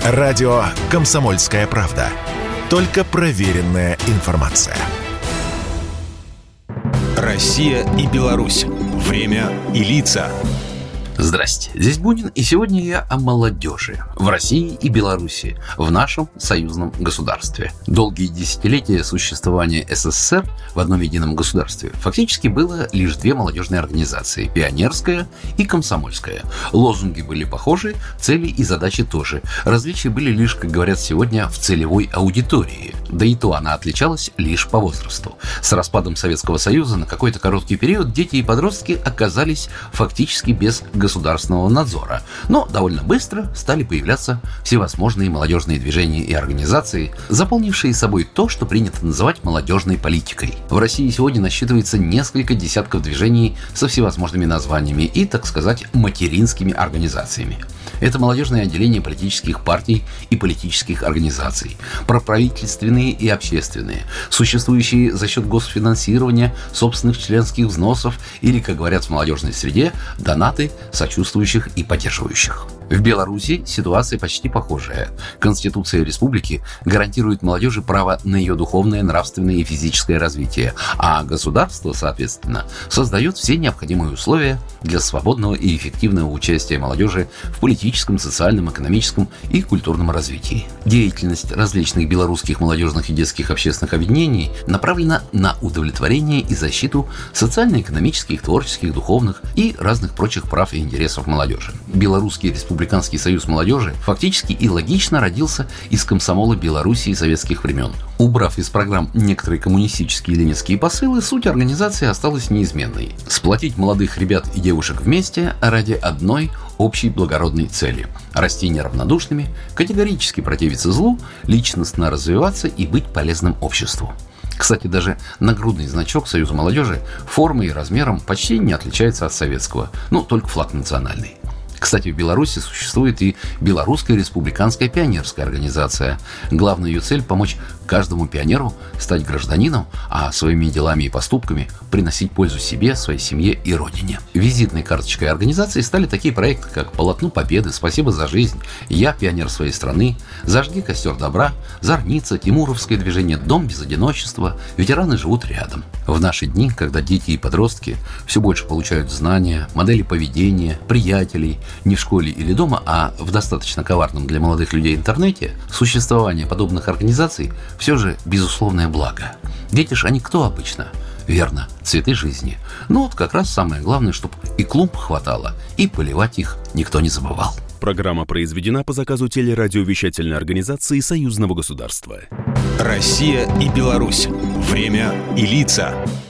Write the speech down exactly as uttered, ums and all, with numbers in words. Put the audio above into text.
Радио «Комсомольская правда». Только проверенная информация. Россия и Беларусь. Время и лица. Здрасте, здесь Бунин, и сегодня я о молодежи в России и Беларуси, в нашем союзном государстве. Долгие десятилетия существования СССР в одном едином государстве фактически было лишь две молодежные организации – пионерская и комсомольская. Лозунги были похожи, цели и задачи тоже. Различия были лишь, как говорят сегодня, в целевой аудитории. Да и то она отличалась лишь по возрасту. С распадом Советского Союза на какой-то короткий период дети и подростки оказались фактически без государственного надзора, но довольно быстро стали появляться всевозможные молодежные движения и организации, заполнившие собой то, что принято называть молодежной политикой. В России сегодня насчитывается несколько десятков движений со всевозможными названиями и, так сказать, материнскими организациями. Это молодежные отделения политических партий и политических организаций, проправительственные и общественные, существующие за счет госфинансирования, собственных членских взносов или, как говорят в молодежной среде, донаты сочувствующих и поддерживающих. В Беларуси ситуация почти похожая. Конституция республики гарантирует молодежи право на ее духовное, нравственное и физическое развитие, а государство, соответственно, создает все необходимые условия для свободного и эффективного участия молодежи в политическом, социальном, экономическом и культурном развитии. Деятельность различных белорусских молодежных и детских общественных объединений направлена на удовлетворение и защиту социально-экономических, творческих, духовных и разных прочих прав и интересов молодежи. Белорусский республиканский Республиканский союз молодежи фактически и логично родился из комсомола Белоруссии советских времен. Убрав из программ некоторые коммунистические и ленинские посылы, суть организации осталась неизменной – сплотить молодых ребят и девушек вместе ради одной общей благородной цели – расти неравнодушными, категорически противиться злу, личностно развиваться и быть полезным обществу. Кстати, даже нагрудный значок Союза молодежи формой и размером почти не отличается от советского, ну, только флаг национальный. Кстати, в Беларуси существует и Белорусская республиканская пионерская организация. Главная ее цель – помочь каждому пионеру стать гражданином, а своими делами и поступками приносить пользу себе, своей семье и родине. Визитной карточкой организации стали такие проекты, как «Полотно Победы», «Спасибо за жизнь», «Я пионер своей страны», «Зажги костер добра», «Зорница», «Тимуровское движение», «Дом без одиночества», «Ветераны живут рядом». В наши дни, когда дети и подростки все больше получают знания, модели поведения, приятелей, не в школе или дома, а в достаточно коварном для молодых людей интернете, существование подобных организаций все же безусловное благо. Дети ж они кто обычно? Верно, цветы жизни. Но вот как раз самое главное, чтобы и клумб хватало, и поливать их никто не забывал. Программа произведена по заказу телерадиовещательной организации Союзного государства. Россия и Беларусь. Время и лица.